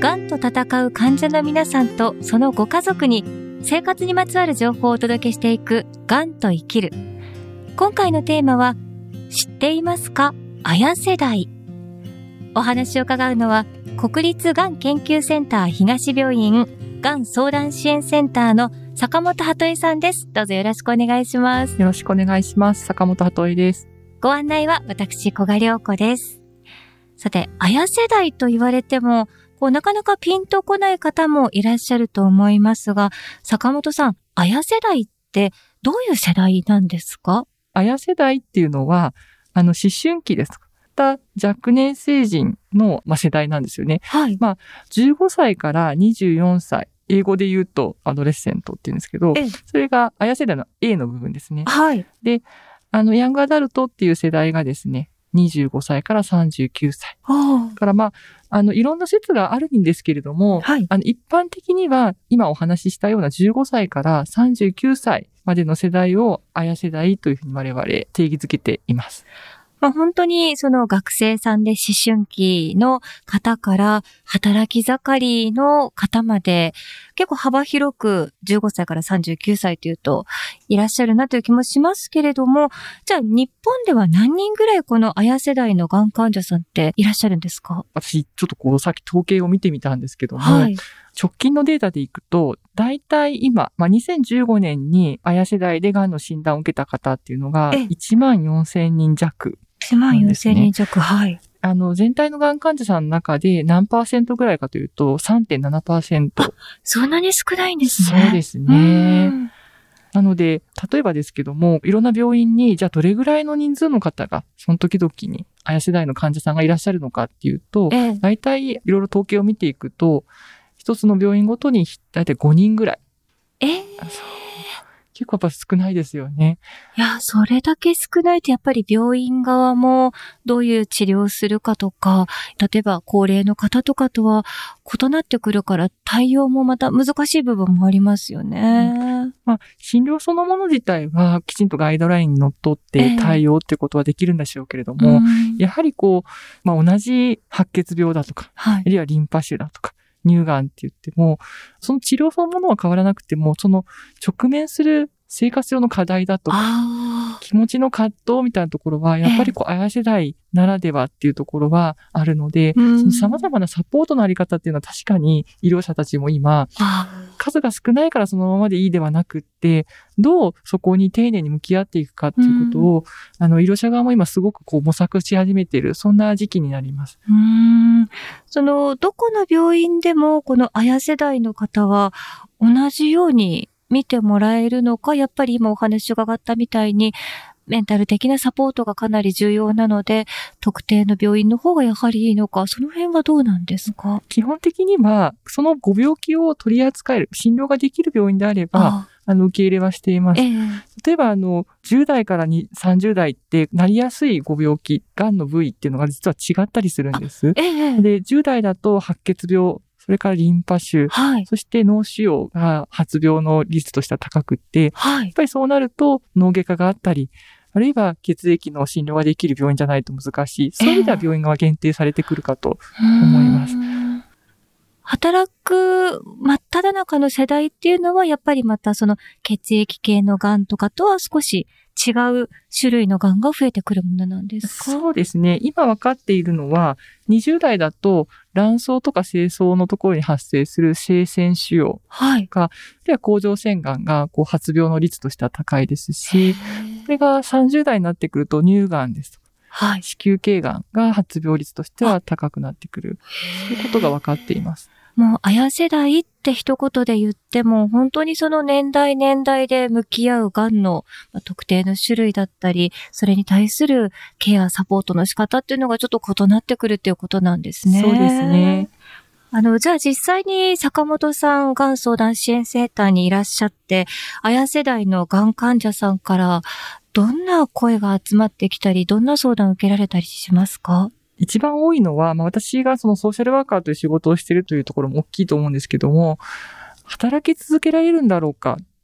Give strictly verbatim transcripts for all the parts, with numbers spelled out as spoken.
がんと闘う患者の皆さんとそのご家族に生活にまつわる情報をお届けしていくがんと生きる。今回のテーマは、知っていますか？あや世代。お話を伺うのは、国立がん研究センター東病院がん相談支援センターの坂本鳩恵さんです。どうぞよろしくお願いします。 よろしくお願いします。坂本鳩恵です。 ご案内は私、古賀良子です。さて、あや世代と言われても、こうなかなかピンとこない方もいらっしゃると思いますが、坂本さん、あや世代ってどういう世代なんですか？ あや世代っていうのは、あの、思春期ですた若年成人の、まあ、世代なんですよね。 はい。 まあ、じゅうごさいからにじゅうよんさい、英語で言うとアドレッセントって言うんですけど、それがあや世代の A の部分ですね。 はい。 で、あの、ヤングアダルトっていう世代がですね、にじゅうごさいからさんじゅうきゅうさい。だからまあ、あの、いろんな説があるんですけれども、 はい、 あの、一般的には今お話ししたようなじゅうごさいからさんじゅうきゅうさいまでの世代をあや世代というふうに我々定義づけています。 まあ、本当にその学生さんで思春期の方から働き盛りの方まで結構幅広くじゅうごさいからさんじゅうきゅうさいというといらっしゃるなという気もしますけれども、じゃあ日本では何人ぐらいこのあや世代のがん患者さんっていらっしゃるんですか？ 私ちょっとこうさっき統計を見てみたんですけども、 はい、 直近のデータでいくとだいたい今、まあ、にせんじゅうごねんにあや世代でがんの診断を受けた方っていうのがいちまんよんせんにん弱。 いちまんよんせんにん弱、はい。 あの、全体のがん患者さんの中で何パーセントぐらいかというと さんてんななパーセント。 そんなに少ないんですね。 そうですね。なので、例えばですけども、いろんな病院に、じゃあどれぐらいの人数の方が、その時々に、あや世代の患者さんがいらっしゃるのかっていうと、 ええ、 大体いろいろ統計を見ていくと、一つの病院ごとに大体ごにんぐらい。 ええ、 結構やっぱ少ないですよね。 いや、それだけ少ないとやっぱり病院側もどういう治療をするかとか、例えば高齢の方とかとは異なってくるから対応もまた難しい部分もありますよね。 うん、まあ、診療そのもの自体はきちんとガイドラインにのっとって対応ってことはできるんでしょうけれども、ええ、やはりこう、まあ、同じ白血病だとか、はい、あるいはリンパ腫だとか、乳がんって言っても、その治療そのものは変わらなくても、その直面する生活上の課題だとか、気持ちの葛藤みたいなところは、やっぱりこう、あや世代ならではっていうところはあるので、その様々なサポートのあり方っていうのは確かに医療者たちも今、数が少ないからそのままでいいではなくって、どうそこに丁寧に向き合っていくかっていうことを、あの、医療者側も今すごくこう模索し始めている、そんな時期になります。 うーん、その、どこの病院でも、このあや世代の方は、同じように見てもらえるのか、やっぱり今お話伺ったみたいに、メンタル的なサポートがかなり重要なので、特定の病院の方がやはりいいのか、その辺はどうなんですか？ 基本的には、そのご病気を取り扱える、診療ができる病院であれば、ああの、受け入れはしています。えー、例えば、あの、じゅう代からさんじゅう代ってなりやすいご病気、がんの部位っていうのが実は違ったりするんです。えー、で、じゅう代だと白血病、それからリンパ腫、はい、そして脳腫瘍が発病の率としては高くって、はい、やっぱりそうなると脳外科があったり、あるいは血液の診療ができる病院じゃないと難しい。そういう意味では病院が限定されてくるかと思います。えー、 働く真っ只中の世代っていうのはやっぱりまたその血液系のがんとかとは少し違う種類のがんが増えてくるものなんですか？ そうですね。今分かっているのは、にじゅう代だと卵巣とか精巣のところに発生する性腺腫瘍とか、はい、あるいは甲状腺がんがこう発病の率としては高いですし、これがさんじゅう代になってくると乳がんですとか、はい、子宮頸がんが発病率としては高くなってくる。そういうことが分かっています。 もう、あや世代って一言で言っても、本当にその年代年代で向き合うがんの特定の種類だったり、それに対するケア、サポートの仕方っていうのがちょっと異なってくるっていうことなんですね。 そうですね。 あの、じゃあ実際に坂本さん、がん相談支援センターにいらっしゃって、あや世代のがん患者さんからどんな声が集まってきたり、どんな相談を受けられたりしますか？ 一番多いのは、まあ、私がそのソーシャルワーカーという仕事をしているというところも大きいと思うんですけども、働き続けられるんだろうかっ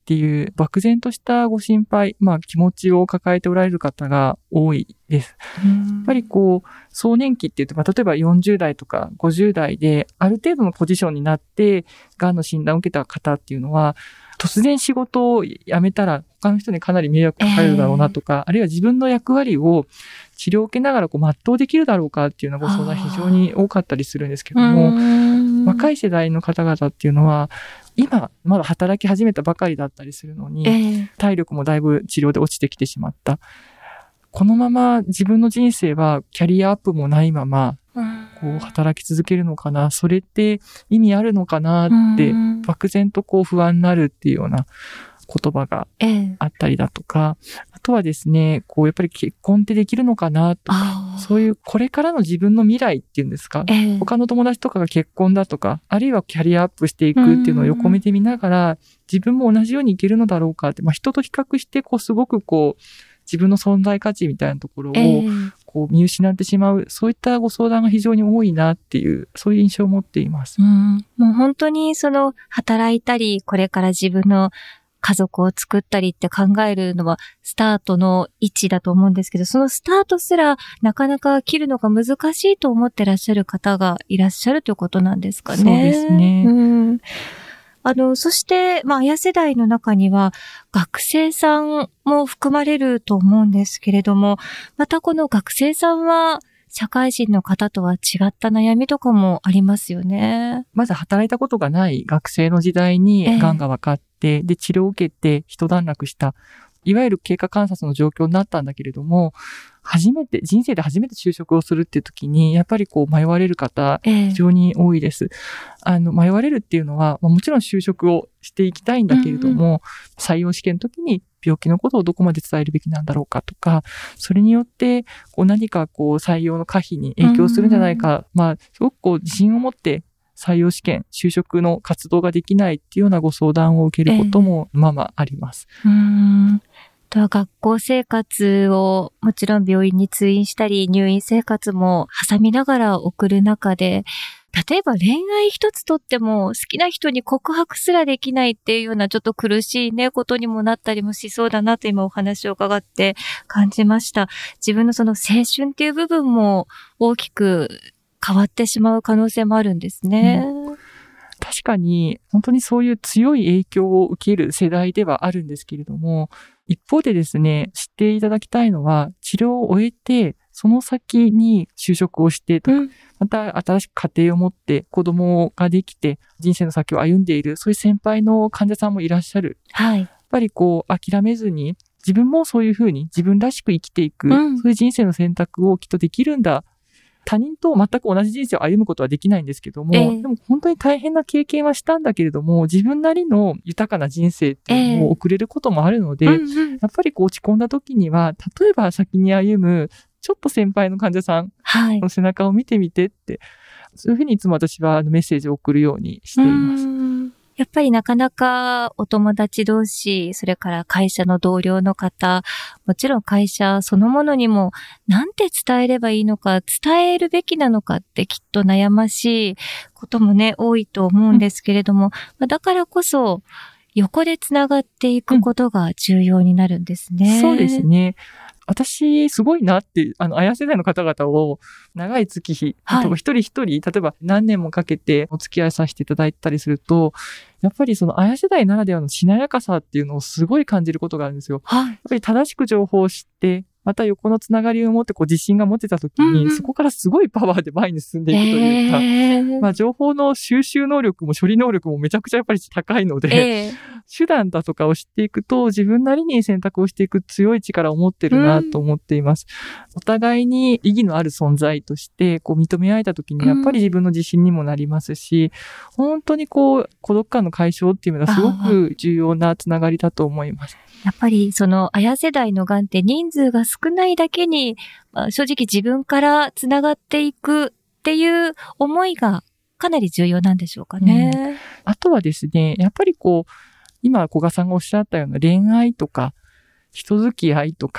っていう漠然としたご心配、まあ気持ちを抱えておられる方が多いです。やっぱりこう、壮年期って言うと、まあ、例えばよんじゅう代とかごじゅう代である程度のポジションになって、がんの診断を受けた方っていうのは、突然仕事を辞めたら他の人にかなり迷惑かかるだろうなとか、えー、あるいは自分の役割を治療を受けながらこう全うできるだろうかっていうようなご相談非常に多かったりするんですけども、若い世代の方々っていうのは、今まだ働き始めたばかりだったりするのに、えー、体力もだいぶ治療で落ちてきてしまった。このまま自分の人生はキャリアアップもないまま、こう働き続けるのかな、それって意味あるのかなって漠然とこう不安になるっていうような言葉があったりだとか、ええ、あとはですね、こうやっぱり結婚ってできるのかなとか、そういうこれからの自分の未来っていうんですか、ええ、他の友達とかが結婚だとか、あるいはキャリアアップしていくっていうのを横目で見ながら、自分も同じようにいけるのだろうかって、まあ人と比較してこうすごくこう自分の存在価値みたいなところをこう見失ってしまう、えー、そういったご相談が非常に多いなっていう、そういう印象を持っています。 うん、もう本当にその働いたり、これから自分の家族を作ったりって考えるのはスタートの位置だと思うんですけど、そのスタートすらなかなか切るのが難しいと思ってらっしゃる方がいらっしゃるということなんですかね。 そうですね。 うんあの、そして、まあ、親世代の中には、学生さんも含まれると思うんですけれども、またこの学生さんは、社会人の方とは違った悩みとかもありますよね。 まず働いたことがない学生の時代に癌が分かって、えー、で、治療を受けて一段落した。いわゆる経過観察の状況になったんだけれども、初めて、人生で初めて就職をするっていう時に、やっぱりこう迷われる方、非常に多いです。えー、あの、迷われるっていうのは、もちろん就職をしていきたいんだけれども、うんうん、採用試験の時に病気のことをどこまで伝えるべきなんだろうかとか、それによって、こう何かこう採用の可否に影響するんじゃないか、うんうん、まあ、すごくこう自信を持って採用試験、就職の活動ができないっていうようなご相談を受けることもまあまああります。 えー、うーん学校生活をもちろん病院に通院したり入院生活も挟みながら送る中で、例えば恋愛一つとっても好きな人に告白すらできないっていうようなちょっと苦しいねことにもなったりもしそうだなと今お話を伺って感じました。自分のその青春っていう部分も大きく変わってしまう可能性もあるんですね。うん確かに本当にそういう強い影響を受ける世代ではあるんですけれども、一方でですね、知っていただきたいのは、治療を終えて、その先に就職をしてとか、うん、また新しく家庭を持って子供ができて人生の先を歩んでいる、そういう先輩の患者さんもいらっしゃる。 はい。 やっぱりこう諦めずに、自分もそういうふうに自分らしく生きていく、うん、そういう人生の選択をきっとできるんだ。他人と全く同じ人生を歩むことはできないんですけども、えー、でも本当に大変な経験はしたんだけれども、自分なりの豊かな人生っていうのを送れることもあるので、えーうんうん、やっぱりこう落ち込んだ時には、例えば先に歩む、ちょっと先輩の患者さんの背中を見てみてって、はい、そういうふうにいつも私はメッセージを送るようにしています。 やっぱりなかなかお友達同士、それから会社の同僚の方、もちろん会社そのものにもなんて伝えればいいのか、伝えるべきなのかってきっと悩ましいこともね、多いと思うんですけれども、うん、だからこそ横でつながっていくことが重要になるんですね。 うん、そうですね。私、すごいなって、あの、あや世代の方々を長い月日、はい、一人一人、例えば何年もかけてお付き合いさせていただいたりすると、やっぱりそのあや世代ならではのしなやかさっていうのをすごい感じることがあるんですよ。はい、やっぱり正しく情報を知って、また横のつながりを持ってこう自信が持てたときに、うんうん、そこからすごいパワーで前に進んでいくというか、えー、まあ情報の収集能力も処理能力もめちゃくちゃやっぱり高いので、えー、手段だとかを知っていくと自分なりに選択をしていく強い力を持ってるなと思っています。うん、お互いに意義のある存在としてこう認め合えたときにやっぱり自分の自信にもなりますし、うん、本当にこう孤独感の解消っていうのはすごく重要なつながりだと思います。 やっぱりそのあや世代のがんって人数が少ないだけに、まあ、正直自分からつながっていくっていう思いがかなり重要なんでしょうかね。うん、 あとはですね、やっぱりこう、今古賀さんがおっしゃったような恋愛とか人付き合いとか、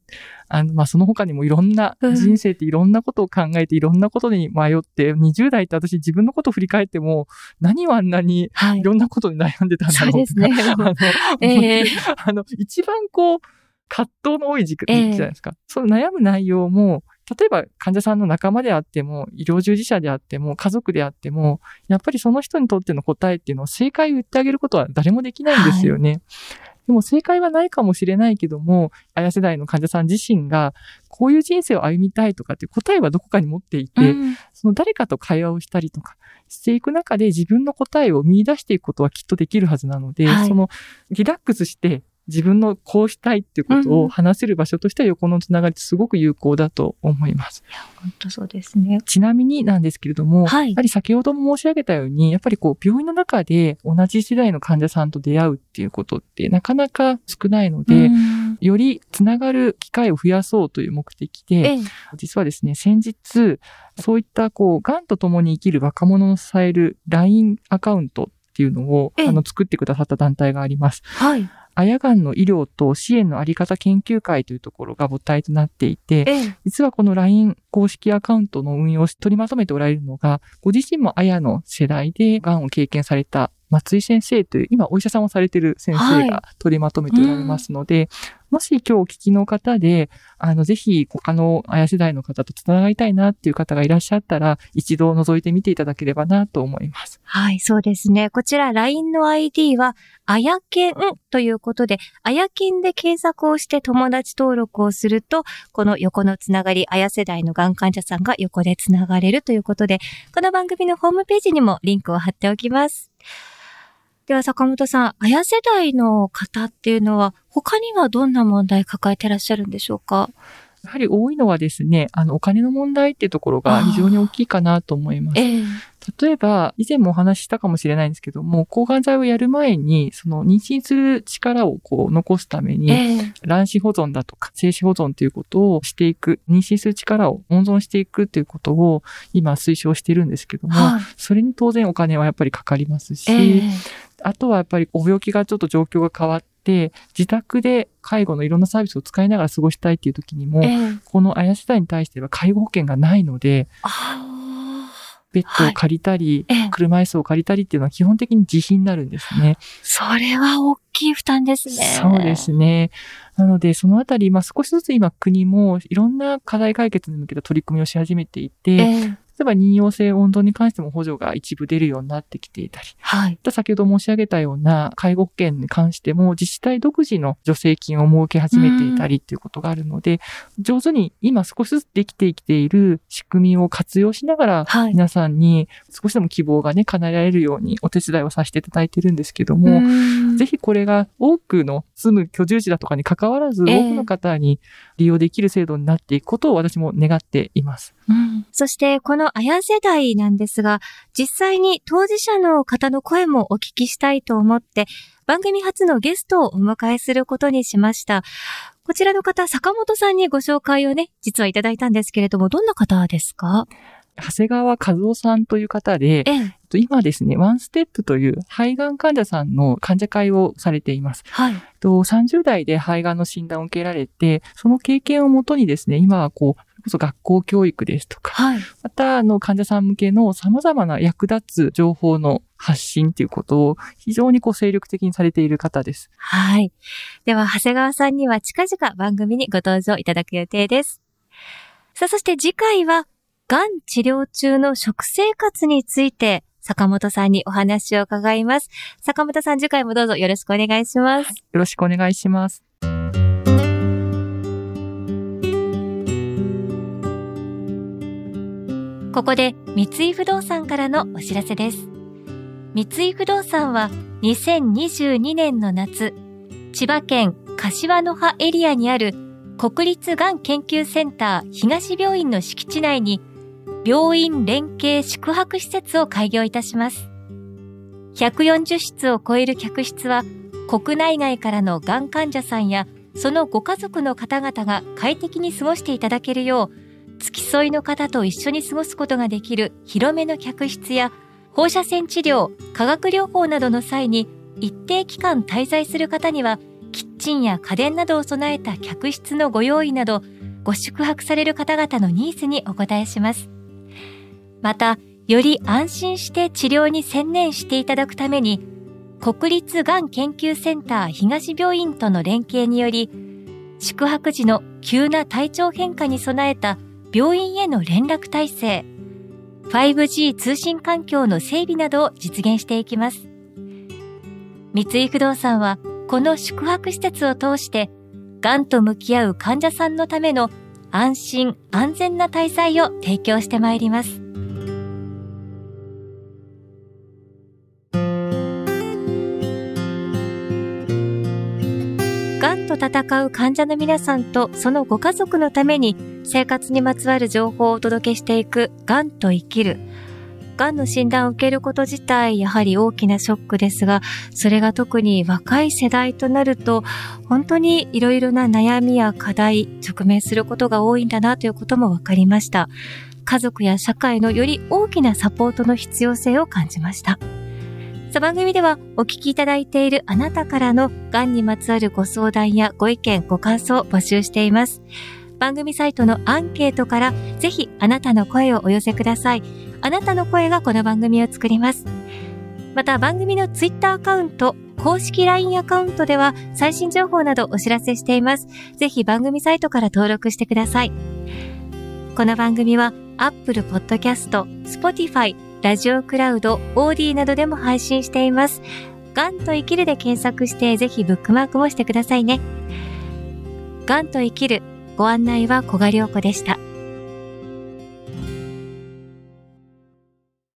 あの、まあ、その他にもいろんな、人生っていろんなことを考えていろんなことに迷って、にじゅう代って私自分のことを振り返っても、何をあんなにいろんなことに悩んでたんだろうとか、はい、そうですね。あの、えー、あの、一番こう、葛藤の多い時期じゃないですか。えー、その悩む内容も、例えば患者さんの仲間であっても、医療従事者であっても、家族であっても、やっぱりその人にとっての答えっていうのを正解を言ってあげることは誰もできないんですよね。はい、でも正解はないかもしれないけども、綾世代の患者さん自身がこういう人生を歩みたいとかっていう答えはどこかに持っていて、うん、その誰かと会話をしたりとかしていく中で自分の答えを見出していくことはきっとできるはずなので、はい、そのリラックスして自分のこうしたいっていうことを話せる場所としては横のつながりってすごく有効だと思います。 いや、本当そうですね。 ちなみになんですけれども、はい、やはり先ほども申し上げたように、やっぱりこう病院の中で同じ世代の患者さんと出会うっていうことってなかなか少ないので、よりつながる機会を増やそうという目的で、ええ、実はですね、先日、そういったこう、がんと共に生きる若者を支える ライン アカウントっていうのを、あの作ってくださった団体があります。はい。あやがんの医療と支援のあり方研究会というところが母体となっていて、ええ、実はこの ライン 公式アカウントの運用を取りまとめておられるのが、ご自身もあやの世代でがんを経験された松井先生という、今お医者さんをされている先生が取りまとめておられますので、はい、もし今日お聞きの方で、あの、ぜひ他のあや世代の方とつながりたいなっていう方がいらっしゃったら、一度覗いてみていただければなと思います。 はい、そうですね。こちら ライン の アイディー は、あやけんということで、あやけんで検索をして友達登録をすると、この横のつながり、あや世代のがん患者さんが横でつながれるということで、この番組のホームページにもリンクを貼っておきます。では坂本さん、あや世代の方っていうのは他にはどんな問題抱えてらっしゃるんでしょうか？ やはり多いのはですね、あのお金の問題っていうところが非常に大きいかなと思います。えー、例えば以前もお話ししたかもしれないんですけども、抗がん剤をやる前にその妊娠する力をこう残すために、えー、卵子保存だとか精子保存ということをしていく、妊娠する力を温存していくということを今推奨しているんですけども、はい、それに当然お金はやっぱりかかりますし、えー、あとはやっぱりお病気がちょっと状況が変わってで、自宅で介護のいろんなサービスを使いながら過ごしたいっていう時にも、えー、このあや世代に対しては介護保険がないので、ベッドを借りたり、はい、車椅子を借りたりっていうのは基本的に自費になるんですね。 それは大きい負担ですね。 そうですね。なので、そのあたり、まあ少しずつ今国もいろんな課題解決に向けた取り組みをし始めていて、えー例えば妊用性温存に関しても補助が一部出るようになってきていたり、はい、先ほど申し上げたような介護保険に関しても自治体独自の助成金を設け始めていたりっていうことがあるので、上手に今少しずつできてきている仕組みを活用しながら、はい、皆さんに少しでも希望がね、叶えられるようにお手伝いをさせていただいているんですけども、ぜひこれが多くの住む居住地だとかに関わらず、多くの方に利用できる制度になっていくことを私も願っています。 うん、そしてこのあや世代なんですが、実際に当事者の方の声もお聞きしたいと思って、番組初のゲストをお迎えすることにしました。こちらの方、坂本さんにご紹介をね、実はいただいたんですけれども、どんな方ですか？ 長谷川和夫さんという方で、ええ、今ですね、ワンステップという肺がん患者さんの患者会をされています。はい。さんじゅう代で肺がんの診断を受けられて、その経験をもとにですね、今はこう、それこそ学校教育ですとか、はい、またあの患者さん向けの様々な役立つ情報の発信ということを非常にこう精力的にされている方です。 はい。では、長谷川さんには近々番組にご登場いただく予定です。さあ、そして次回は、がん治療中の食生活について、坂本さんにお話を伺います。坂本さん、次回もどうぞよろしくお願いします。はい、 よろしくお願いします。 ここで三井不動産からのお知らせです。三井不動産はにせんにじゅうにねんの夏、千葉県柏の葉エリアにある国立がん研究センター東病院の敷地内に病院連携宿泊施設を開業いたします。ひゃくよんじゅっしつを超える客室は国内外からのがん患者さんやそのご家族の方々が快適に過ごしていただけるよう、付き添いの方と一緒に過ごすことができる広めの客室や放射線治療、化学療法などの際に一定期間滞在する方にはきっチンや家電などを備えた客室のご用意など、ご宿泊される方々のニーズにお応えします。また、より安心して治療に専念していただくために、国立がん研究センター東病院との連携により、宿泊時の急な体調変化に備えた病院への連絡体制、ファイブジー 通信環境の整備などを実現していきます。三井不動産は、この宿泊施設を通して、がんと向き合う患者さんのための安心安全な滞在を提供してまいります。がんと闘う患者の皆さんとそのご家族のために生活にまつわる情報をお届けしていくがんと生きる。がんの診断を受けること自体やはり大きなショックですが、それが特に若い世代となると本当にいろいろな悩みや課題直面することが多いんだなということも分かりました。家族や社会のより大きなサポートの必要性を感じました。さあ、番組ではお聞きいただいているあなたからのがんにまつわるご相談やご意見ご感想を募集しています。番組サイトのアンケートからぜひあなたの声をお寄せください。あなたの声がこの番組を作ります。また番組のツイッターアカウント、公式 ライン アカウントでは最新情報などお知らせしています。ぜひ番組サイトから登録してください。この番組は Apple Podcast、Spotify、ラジオクラウド、オーディなどでも配信しています。がんと生きるで検索してぜひブックマークもしてくださいね。がんと生きる、ご案内は小賀良子でした。